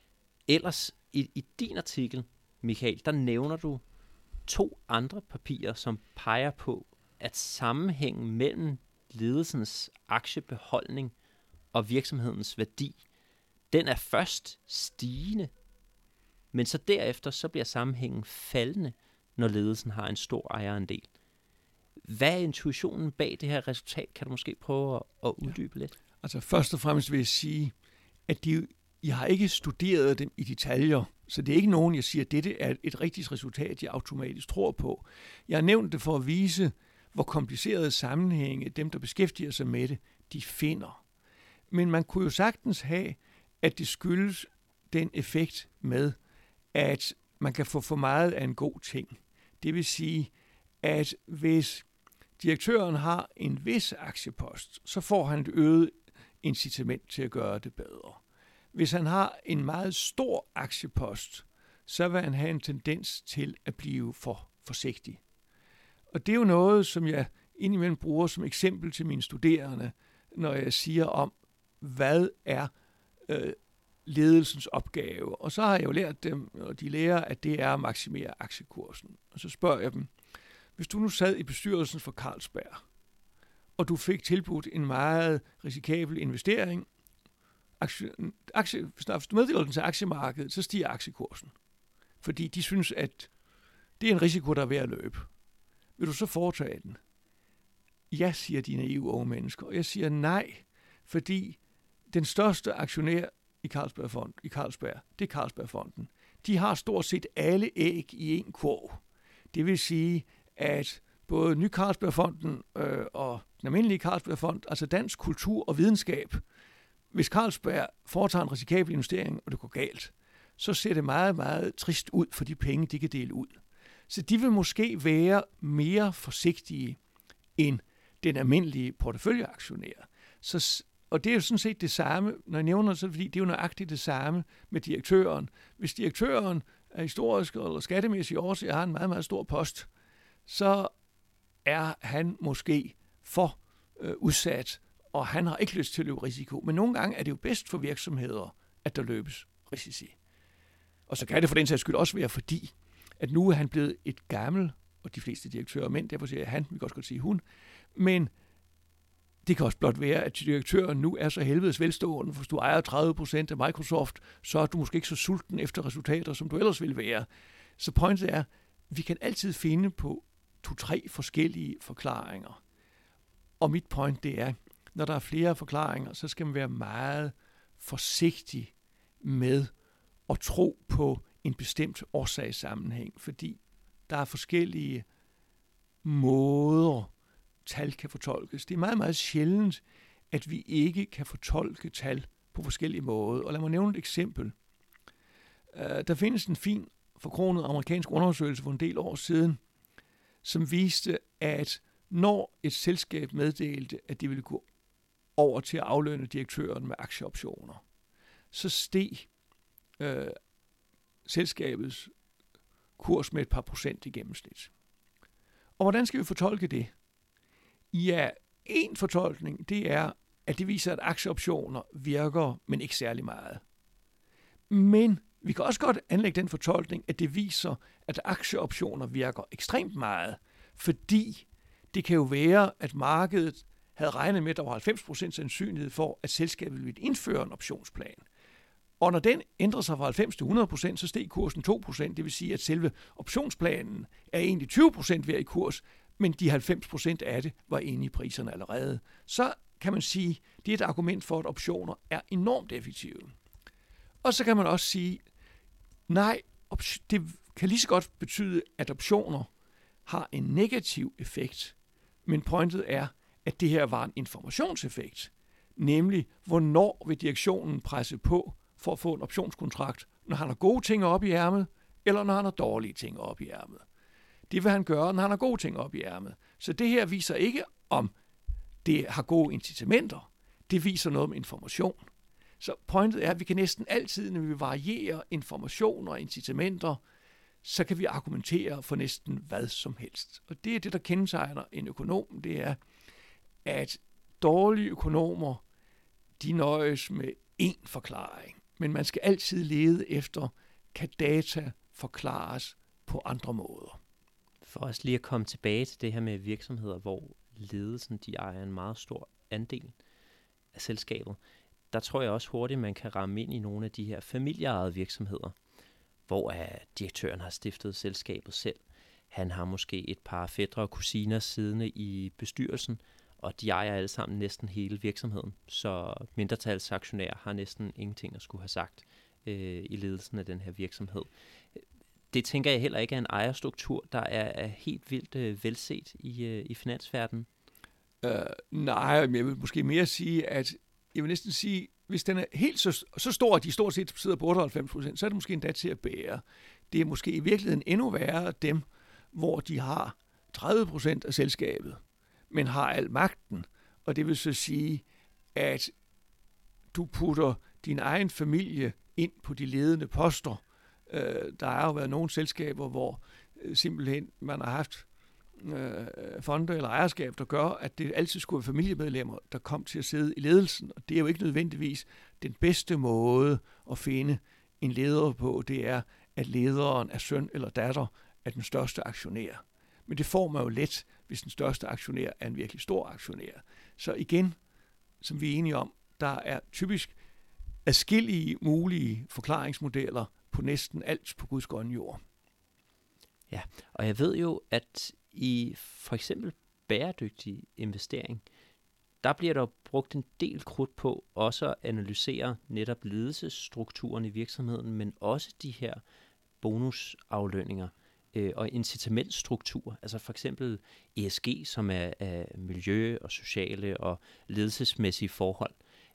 Ellers i din artikel, Michael, der nævner du 2 andre papirer, som peger på, at sammenhængen mellem ledelsens aktiebeholdning og virksomhedens værdi, den er først stigende, men så derefter så bliver sammenhængen faldende, når ledelsen har en stor ejerandel. Hvad er intuitionen bag det her resultat? Kan du måske prøve at uddybe lidt? Altså først og fremmest vil jeg sige, at jeg har ikke studeret dem i detaljer, så det er ikke nogen, jeg siger, at dette er et rigtigt resultat, jeg automatisk tror på. Jeg har nævnt det for at vise, hvor komplicerede sammenhænge dem, der beskæftiger sig med det, de finder. Men man kunne jo sagtens have, at det skyldes den effekt med, at man kan få for meget af en god ting. Det vil sige, at hvis direktøren har en vis aktiepost, så får han et øget incitament til at gøre det bedre. Hvis han har en meget stor aktiepost, så vil han have en tendens til at blive for forsigtig. Og det er jo noget, som jeg indimellem bruger som eksempel til mine studerende, når jeg siger om, hvad er ledelsens opgave. Og så har jeg jo lært dem, og de lærer, at det er at maksimere aktiekursen. Og så spørger jeg dem, hvis du nu sad i bestyrelsen for Carlsberg, og du fik tilbudt en meget risikabel investering, hvis du meddeler den til aktiemarkedet, så stiger aktiekursen. Fordi de synes, at det er en risiko, der er ved at løbe. Vil du så foretage den? Ja, siger de naive unge mennesker. Og jeg siger nej, fordi den største aktionær i Carlsberg, det er Carlsbergfonden. De har stort set alle æg i en kurv. Det vil sige, at både Ny Carlsbergfonden og den almindelige Carlsbergfond, altså dansk kultur og videnskab, hvis Carlsberg foretager en risikabel investering, og det går galt, så ser det meget, meget trist ud for de penge, de kan dele ud. Så de vil måske være mere forsigtige end den almindelige porteføljeaktionær. Og det er jo sådan set det samme, når jeg nævner det, fordi det er jo nøjagtigt det samme med direktøren. Hvis direktøren af historiske eller skattemæssige årsager har en meget, meget stor post, så er han måske for udsat, og han har ikke lyst til at løbe risiko. Men nogle gange er det jo bedst for virksomheder, at der løbes risici. Og så kan det for den sags skyld også være fordi, at nu er han blevet et gammel, og de fleste direktører er mænd, derfor siger jeg han, vi kan også godt sige hun, men det kan også blot være, at direktøren nu er så helvedes velstående, for hvis du ejer 30% af Microsoft, så er du måske ikke så sulten efter resultater, som du ellers ville være. Så pointet er, vi kan altid finde på 2-3 forskellige forklaringer. Og mit point det er, når der er flere forklaringer, så skal man være meget forsigtig med at tro på en bestemt årsagssammenhæng, fordi der er forskellige måder, tal kan fortolkes. Det er meget, meget sjældent, at vi ikke kan fortolke tal på forskellige måder. Og lad mig nævne et eksempel. Der findes en fin, forkronet amerikansk undersøgelse for en del år siden, som viste, at når et selskab meddelte, at de ville gå over til at aflønne direktøren med aktieoptioner, så steg selskabets kurs med et par procent i gennemsnit. Og hvordan skal vi fortolke det? Ja, en fortolkning, det er, at det viser, at aktieoptioner virker, men ikke særlig meget. Men vi kan også godt anlægge den fortolkning, at det viser, at aktieoptioner virker ekstremt meget, fordi det kan jo være, at markedet havde regnet med, at der var 90% sandsynlighed for, at selskabet ville indføre en optionsplan. Og når den ændrer sig fra 90 til 100%, så steg kursen 2%. Det vil sige, at selve optionsplanen er egentlig 20% værd i kurs, men de 90% af det var inde i priserne allerede. Så kan man sige, at det er et argument for, at optioner er enormt effektive. Og så kan man også sige, nej, det kan lige så godt betyde, at optioner har en negativ effekt, men pointet er, at det her var en informationseffekt, nemlig hvornår vil direktionen presse på for at få en optionskontrakt, når han har gode ting op i ærmet, eller når han har dårlige ting op i ærmet. Det vil han gøre, når han har gode ting op i ærmet. Så det her viser ikke, om det har gode incitamenter. Det viser noget om information. Så pointet er, at vi kan næsten altid, når vi varierer informationer og incitamenter, så kan vi argumentere for næsten hvad som helst. Og det er det, der kendetegner en økonom. Det er, at dårlige økonomer, de nøjes med én forklaring. Men man skal altid lede efter, kan data forklares på andre måder. For os lige at komme tilbage til det her med virksomheder, hvor ledelsen de ejer en meget stor andel af selskabet, der tror jeg også hurtigt, man kan ramme ind i nogle af de her familieejede virksomheder, hvor direktøren har stiftet selskabet selv. Han har måske et par fætre og kusiner siddende i bestyrelsen, og de ejer alle sammen næsten hele virksomheden. Så mindretalsaktionærer har næsten ingenting at skulle have sagt i ledelsen af den her virksomhed. Det tænker jeg heller ikke er en ejerstruktur, der er helt vildt velset i finansverdenen. Nej, jeg vil måske mere sige, at jeg vil næsten sige, hvis den er helt så stor, at de stort set sidder på 98%, så er det måske endda til at bære. Det er måske i virkeligheden endnu værre dem, hvor de har 30% af selskabet, men har al magten. Og det vil så sige, at du putter din egen familie ind på de ledende poster. Der har jo været nogle selskaber, hvor simpelthen man har haft fonde eller ejerskab, der gør, at det altid skulle være familiemedlemmer, der kom til at sidde i ledelsen. Og det er jo ikke nødvendigvis den bedste måde at finde en leder på. Det er, at lederen er søn eller datter af den største aktionær. Men det får man jo let, hvis den største aktionær er en virkelig stor aktionær. Så igen, som vi er enige om, der er typisk adskillige mulige forklaringsmodeller på næsten alt på Guds grønne jord. Ja, og jeg ved jo, at i for eksempel bæredygtig investering, der bliver der brugt en del krudt på også at analysere netop ledelsesstrukturen i virksomheden, men også de her bonusaflønninger og incitamentstruktur, altså for eksempel ESG, som er miljø og sociale og ledelsesmæssige forhold.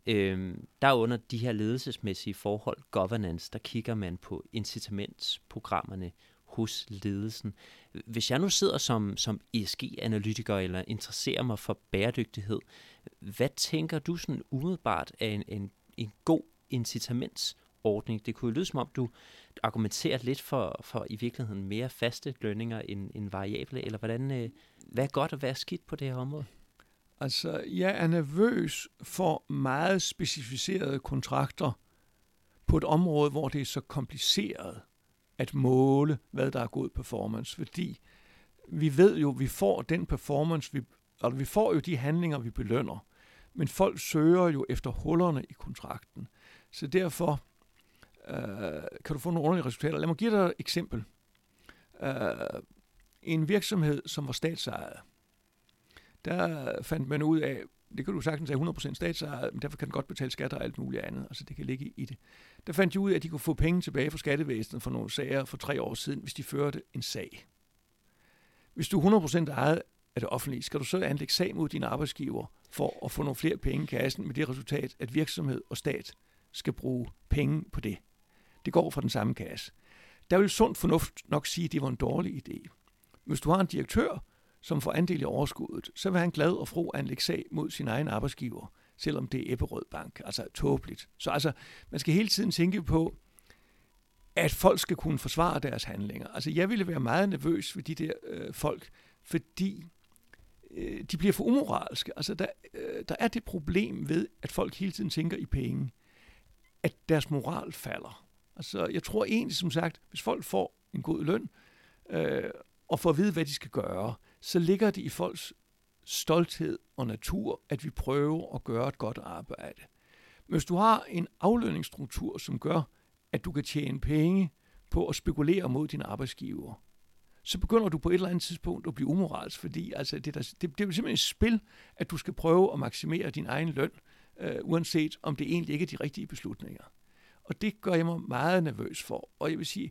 Der under de her ledelsesmæssige forhold, governance, der kigger man på incitamentsprogrammerne hos ledelsen. Hvis jeg nu sidder som ESG-analytiker eller interesserer mig for bæredygtighed, hvad tænker du sådan umiddelbart er en god incitamentsordning? Det kunne jo lyde som om, du argumenterer lidt for i virkeligheden mere faste lønninger end variable, eller hvad er godt og hvad er skidt på det her område? Altså, jeg er nervøs for meget specificerede kontrakter på et område, hvor det er så kompliceret at måle, hvad der er god performance, fordi vi ved jo, vi får den performance, vi får jo de handlinger, vi belønner, men folk søger jo efter hullerne i kontrakten. Så derfor kan du få nogle underlige resultater. Lad mig give dig et eksempel. En virksomhed, som var statsejet, der fandt man ud af, det kan du sagtens have 100% statsejet, men derfor kan den godt betale skatter og alt muligt andet. Altså det kan ligge i det. Der fandt de ud af, at de kunne få penge tilbage fra skattevæsenet for nogle sager for 3 år siden, hvis de førte en sag. Hvis du er 100% ejet af det offentlige, skal du så anlægge sag mod dine arbejdsgiver for at få nogle flere penge i kassen med det resultat, at virksomhed og stat skal bruge penge på det. Det går fra den samme kasse. Der vil sund fornuft nok sige, at det var en dårlig idé. Hvis du har en direktør, som får andel i overskuddet, så vil han glad og fro anlægge sag mod sin egen arbejdsgiver, selvom det er Ebberød Bank, altså tåbeligt. Så altså, man skal hele tiden tænke på, at folk skal kunne forsvare deres handlinger. Altså, jeg ville være meget nervøs ved de der folk, fordi de bliver for umoralske. Altså, der er det problem ved, at folk hele tiden tænker i penge, at deres moral falder. Altså, jeg tror egentlig, som sagt, hvis folk får en god løn, og får at vide, hvad de skal gøre, så ligger det i folks stolthed og natur, at vi prøver at gøre et godt arbejde. Men hvis du har en aflønningsstruktur, som gør, at du kan tjene penge på at spekulere mod dine arbejdsgiver, så begynder du på et eller andet tidspunkt at blive umoralsk, fordi altså, det er simpelthen et spil, at du skal prøve at maksimere din egen løn, uanset om det egentlig ikke er de rigtige beslutninger. Og det gør jeg mig meget nervøs for. Og jeg vil sige,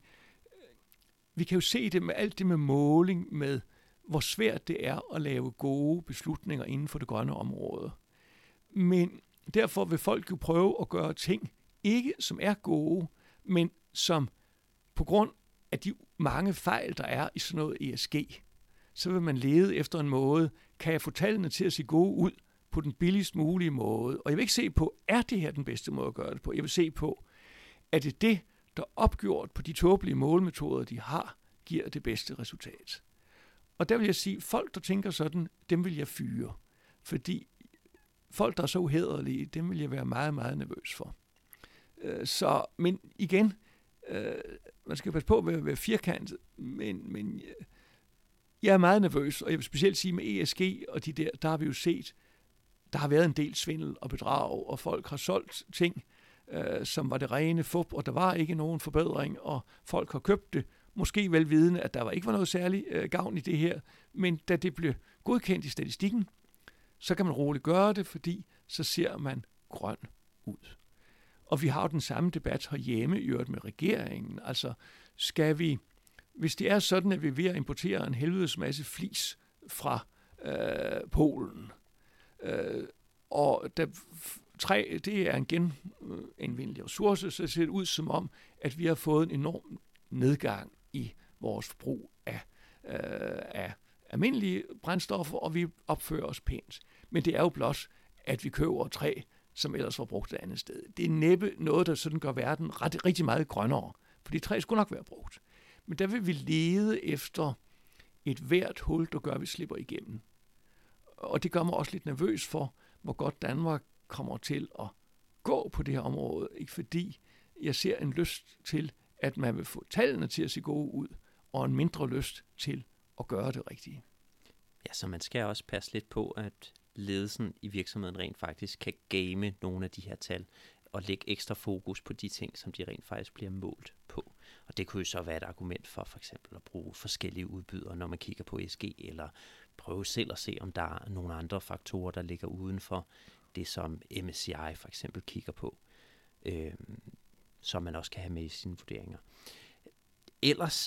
vi kan jo se det med alt det med måling, med hvor svært det er at lave gode beslutninger inden for det grønne område. Men derfor vil folk jo prøve at gøre ting, ikke som er gode, men som på grund af de mange fejl, der er i sådan noget ESG, så vil man lede efter en måde, kan jeg få tallene til at se gode ud på den billigst mulige måde. Og jeg vil ikke se på, er det her den bedste måde at gøre det på? Jeg vil se på, er det, der opgjort på de tåbelige målmetoder, de har, giver det bedste resultat. Og der vil jeg sige, folk, der tænker sådan, dem vil jeg fyre. Fordi folk, der er så uhæderlige, dem vil jeg være meget, meget nervøs for. Men igen, man skal passe på at være firkantet, men jeg er meget nervøs, og jeg vil specielt sige med ESG og der har vi jo set, der har været en del svindel og bedrag, og folk har solgt ting, som var det rene fup, og der var ikke nogen forbedring, og folk har købt det, måske velvidende, at der ikke var noget særligt gavn i det her, men da det blev godkendt i statistikken, så kan man roligt gøre det, fordi så ser man grøn ud. Og vi har jo den samme debat herhjemme i øvrigt med regeringen. Altså, skal vi, hvis det er sådan, at vi er ved at importere en helvedes masse flis fra Polen, og træ, det er en genindvindelig ressource, så ser det ud som om, at vi har fået en enorm nedgang i vores forbrug af almindelige brændstoffer, og vi opfører os pænt. Men det er jo blot, at vi køber træ, som ellers var brugt et andet sted. Det er næppe noget, der sådan gør verden rigtig meget grønnere, fordi træ skulle nok være brugt. Men der vil vi lede efter et hvert hul, der gør, at vi slipper igennem. Og det gør mig også lidt nervøs for, hvor godt Danmark kommer til at gå på det her område. Ikke fordi jeg ser en lyst til, at man vil få tallene til at se gode ud, og en mindre lyst til at gøre det rigtige. Ja, så man skal også passe lidt på, at ledelsen i virksomheden rent faktisk kan game nogle af de her tal, og lægge ekstra fokus på de ting, som de rent faktisk bliver målt på. Og det kunne jo så være et argument for eksempel at bruge forskellige udbydere, når man kigger på ESG, eller prøve selv at se, om der er nogle andre faktorer, der ligger uden for det, som MSCI for eksempel kigger på, som man også kan have med i sine vurderinger. Ellers,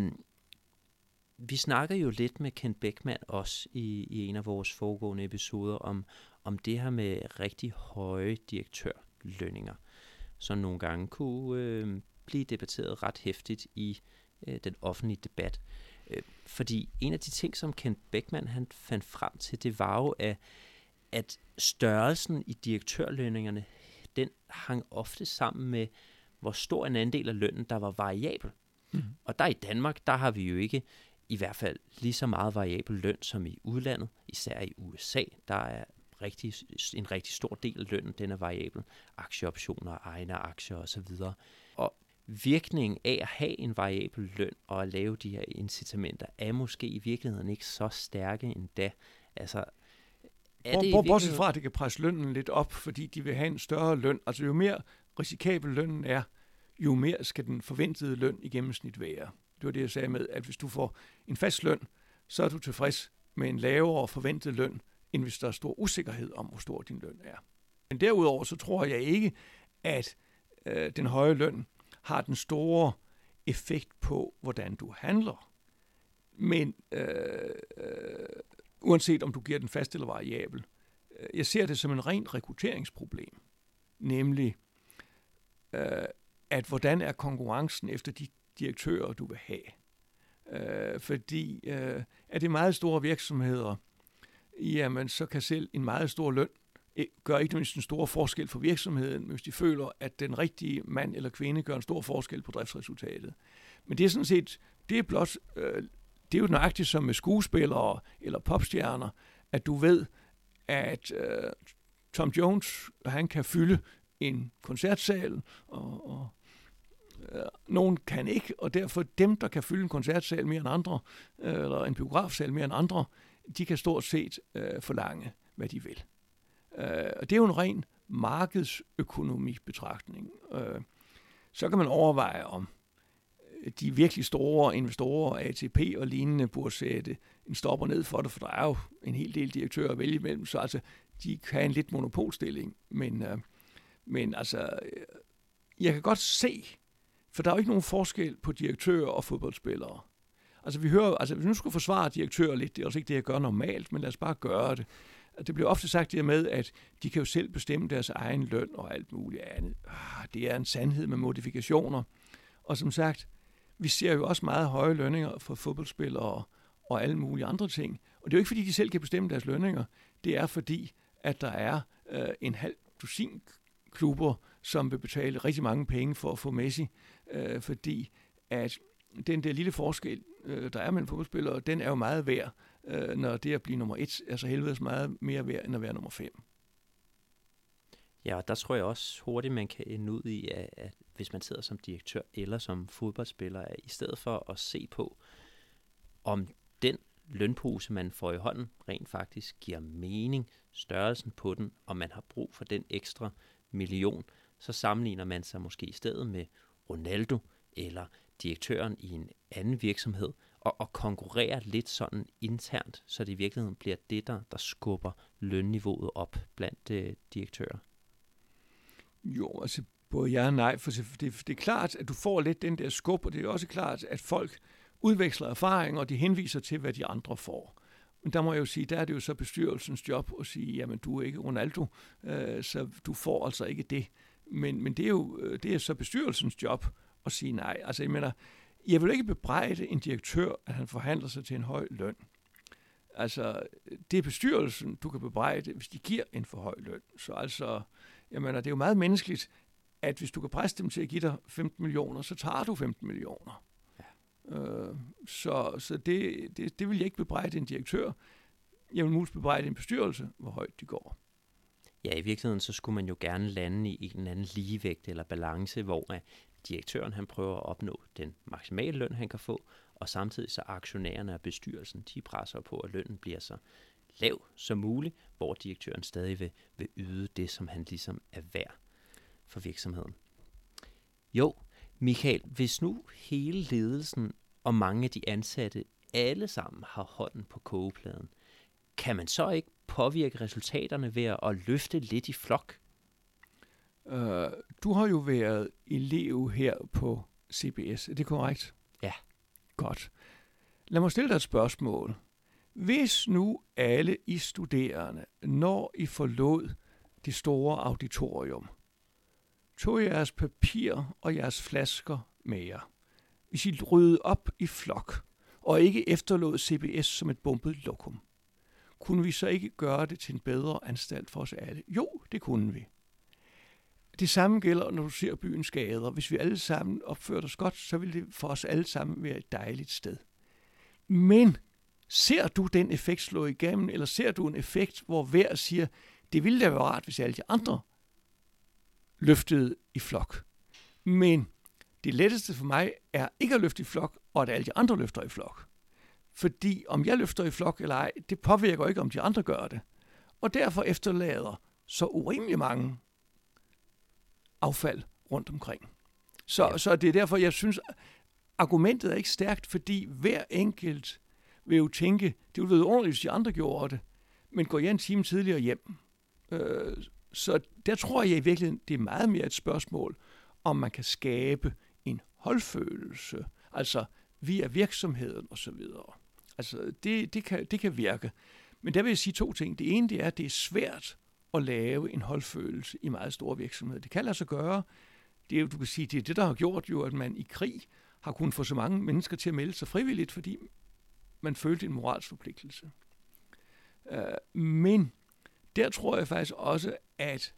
vi snakker jo lidt med Kent Beckmann også i en af vores foregående episoder om det her med rigtig høje direktørlønninger, som nogle gange kunne blive debatteret ret heftigt i den offentlige debat. Fordi en af de ting, som Kent Beckmann han fandt frem til, det var jo, at størrelsen i direktørlønningerne, den hang ofte sammen med, hvor stor en andel af lønnen, der var variabel. Og der i Danmark, der har vi jo ikke i hvert fald lige så meget variabel løn som i udlandet, især i USA. Der er en rigtig stor del af lønnen, den er variabel. Aktieoptioner, egne aktier osv. Og virkningen af at have en variabel løn og at lave de her incitamenter, er måske i virkeligheden ikke så stærke endda. Altså, bortset fra, at det kan presse lønnen lidt op, fordi de vil have en større løn. Altså jo mere risikabel lønnen er, jo mere skal den forventede løn i gennemsnit være. Det var det, jeg sagde med, at hvis du får en fast løn, så er du tilfreds med en lavere forventet løn, end hvis der er stor usikkerhed om, hvor stor din løn er. Men derudover, så tror jeg ikke, at den høje løn har den store effekt på, hvordan du handler. Men uanset om du giver den fast eller variabel, jeg ser det som en ren rekrutteringsproblem. Nemlig, at hvordan er konkurrencen efter de direktører, du vil have. Fordi er det meget store virksomheder, jamen så kan selv en meget stor løn gør ikke mindst en stor forskel for virksomheden, hvis de føler, at den rigtige mand eller kvinde gør en stor forskel på driftsresultatet. Men det er sådan set, det er blot, det er jo nøjagtigt som med skuespillere eller popstjerner, at du ved, at Tom Jones, han kan fylde en koncertsal, og nogen kan ikke, og derfor dem, der kan fylde en koncertsal mere end andre, eller en biografsal mere end andre, de kan stort set forlange, hvad de vil. Og det er jo en ren markedsøkonomi-betragtning. Så kan man overveje, om de virkelig store investorer, ATP og lignende, burde sætte en stopper ned for det, for der er jo en hel del direktører at vælge imellem, så altså, de kan have en lidt monopolstilling. Men altså, jeg kan godt se, for der er jo ikke nogen forskel på direktører og fodboldspillere. Altså vi hører, altså hvis vi nu skulle forsvare direktører lidt, det er også ikke det, jeg gør normalt, men lad os bare gøre det. Det bliver ofte sagt det med, at de kan jo selv bestemme deres egen løn og alt muligt andet. Det er en sandhed med modifikationer. Og som sagt, vi ser jo også meget høje lønninger for fodboldspillere og alle mulige andre ting. Og det er jo ikke, fordi de selv kan bestemme deres lønninger. Det er fordi, at der er en halv dusin klubber, som vil betale rigtig mange penge for at få Messi. Fordi at den der lille forskel, der er mellem fodboldspillere, den er jo meget værd, når det at blive nummer 1 er så helvedes meget mere værd, end at være nummer 5. Ja, og der tror jeg også hurtigt, man kan ende ud i, at hvis man sidder som direktør eller som fodboldspiller, at i stedet for at se på, om den lønpose, man får i hånden, rent faktisk giver mening, størrelsen på den, og man har brug for den ekstra million, så sammenligner man sig måske i stedet med Ronaldo eller direktøren i en anden virksomhed, og konkurrerer lidt sådan internt, så det i virkeligheden bliver det, der skubber lønniveauet op blandt direktører. Jo, altså både ja og nej, for det er klart, at du får lidt den der skub, og det er også klart, at folk udveksler erfaringer, og de henviser til, hvad de andre får. Men der må jeg jo sige, der er det jo så bestyrelsens job at sige, jamen du er ikke Ronaldo, så du får altså ikke det. Men det er så bestyrelsens job at sige nej. Altså jeg mener, jeg vil ikke bebrejde en direktør, at han forhandler sig til en høj løn. Altså, det er bestyrelsen, du kan bebrejde, hvis de giver en for høj løn. Så altså, jeg mener, det er jo meget menneskeligt, at hvis du kan presse dem til at give dig 15 millioner, så tager du 15 millioner. Ja. Så det vil jeg ikke bebrejde en direktør. Jeg vil muligvis bebrejde en bestyrelse, hvor højt de går. Ja, i virkeligheden så skulle man jo gerne lande i en anden ligevægt eller balance, hvor direktøren han prøver at opnå den maksimale løn, han kan få, og samtidig så aktionærerne og bestyrelsen, de presser på, at lønnen bliver så lav som muligt, hvor direktøren stadig vil yde det, som han ligesom er værd for virksomheden. Jo, Michael, hvis nu hele ledelsen og mange af de ansatte alle sammen har hånden på kogepladen, kan man så ikke påvirke resultaterne ved at løfte lidt i flok? Du har jo været elev her på CBS, er det korrekt? Ja. Godt. Lad mig stille dig et spørgsmål. Hvis nu alle I studerende, når I forlod det store auditorium, tog jeres papir og jeres flasker med jer, hvis I ryddede op i flok, og ikke efterlod CBS som et bumpet lokum, kunne vi så ikke gøre det til en bedre anstalt for os alle? Jo, det kunne vi. Det samme gælder, når du ser byens gader. Hvis vi alle sammen opfører os godt, så vil det for os alle sammen være et dejligt sted. Men ser du den effekt slå igennem, eller ser du en effekt, hvor hver siger, det ville da være rart, hvis alle de andre løftede i flok. Men det letteste for mig er ikke at løfte i flok, og at alle de andre løfter i flok. Fordi om jeg løfter i flok eller ej, det påvirker ikke, om de andre gør det. Og derfor efterlader så urimelig mange affald rundt omkring. Så det er derfor, jeg synes, argumentet er ikke stærkt, fordi hver enkelt vil jo tænke, det ville være ordentligt, hvis de andre gjorde det, men går jeg en time tidligere hjem. Så der tror jeg i virkeligheden, det er meget mere et spørgsmål, om man kan skabe en holdfølelse, altså via virksomheden osv. Altså det kan virke. Men der vil jeg sige to ting. Det ene det er, at det er svært at lave en holdfølelse i meget store virksomheder. Det kan lade sig gøre. Det er jo, du kan sige, det er det, der har gjort jo, at man i krig har kunnet få så mange mennesker til at melde sig frivilligt, fordi man følte en moralsk forpligtelse. Men der tror jeg faktisk også, at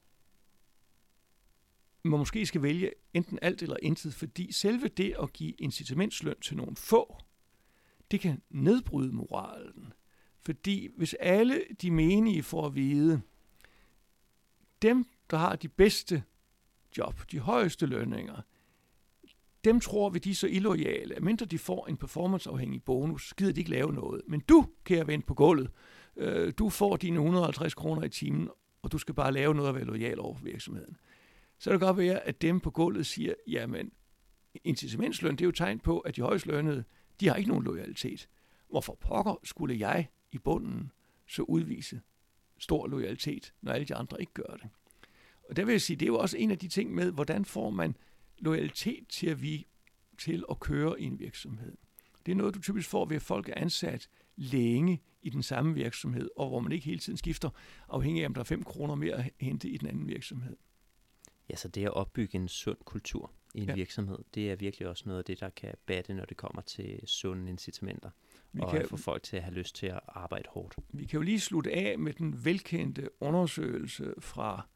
man måske skal vælge enten alt eller intet, fordi selve det at give incitamentsløn til nogle få, det kan nedbryde moralen. Fordi hvis alle de menige får at vide, dem, der har de bedste job, de højeste lønninger, dem tror vi, de er så illoyale, at mindre de får en performanceafhængig bonus, gider de ikke lave noget. Men du, kære ven på gulvet, du får dine 150 kroner i timen, og du skal bare lave noget og være loyal over for virksomheden. Så det kan godt være, at dem på gulvet siger, jamen, incitamentsløn, det er jo tegn på, at de højst lønnede, de har ikke nogen loyalitet. Hvorfor pokker skulle jeg i bunden så udvise stor loyalitet, når alle de andre ikke gør det? Og der vil jeg sige, det er jo også en af de ting med, hvordan får man loyalitet til at køre i en virksomhed. Det er noget, du typisk får ved, at folk er ansat længe i den samme virksomhed, og hvor man ikke hele tiden skifter, afhængig af, om der er 5 kroner mere at hente i den anden virksomhed. Ja, så det at opbygge en sund kultur i en virksomhed, det er virkelig også noget af det, der kan batte, når det kommer til sunde incitamenter, og at få folk til at have lyst til at arbejde hårdt. Vi kan jo lige slutte af med den velkendte undersøgelse fra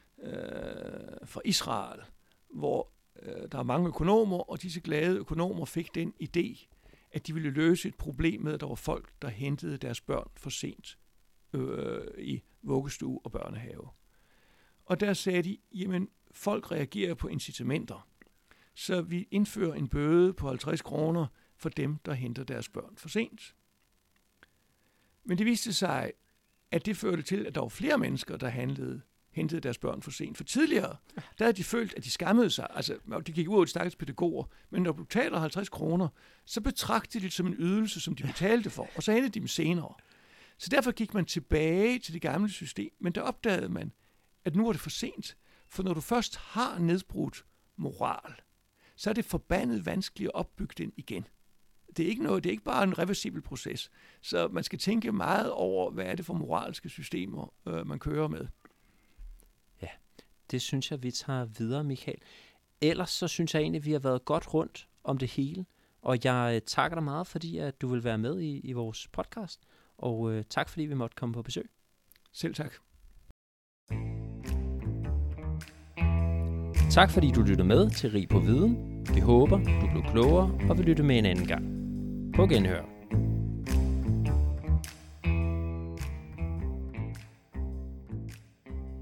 Israel, hvor der er mange økonomer, og disse glade økonomer fik den idé, at de ville løse et problem med, at der var folk, der hentede deres børn for sent i vuggestue og børnehave. Og der sagde de, jamen folk reagerer på incitamenter. Så vi indfører en bøde på 50 kroner for dem, der henter deres børn for sent. Men det viste sig, at det førte til, at der var flere mennesker, der hentede deres børn for sent. For tidligere, der havde de følt, at de skammede sig. Altså, de gik ud af de stakkels pædagoger. Men når du betaler 50 kroner, så betragtede de det som en ydelse, som de betalte for. Og så hentede de dem senere. Så derfor gik man tilbage til det gamle system. Men der opdagede man, at nu er det for sent. For når du først har nedbrudt moral, så er det forbandet vanskeligt at opbygge den igen. Det er ikke bare en reversibel proces. Så man skal tænke meget over, hvad er det for moralske systemer, man kører med. Ja, det synes jeg, vi tager videre, Michael. Ellers så synes jeg egentlig, vi har været godt rundt om det hele. Og jeg takker dig meget, fordi at du vil være med i vores podcast. Og tak, fordi vi måtte komme på besøg. Selv tak. Tak fordi du lyttede med til Rig på Viden. Vi håber, du blev klogere og vil lytte med en anden gang. På genhør.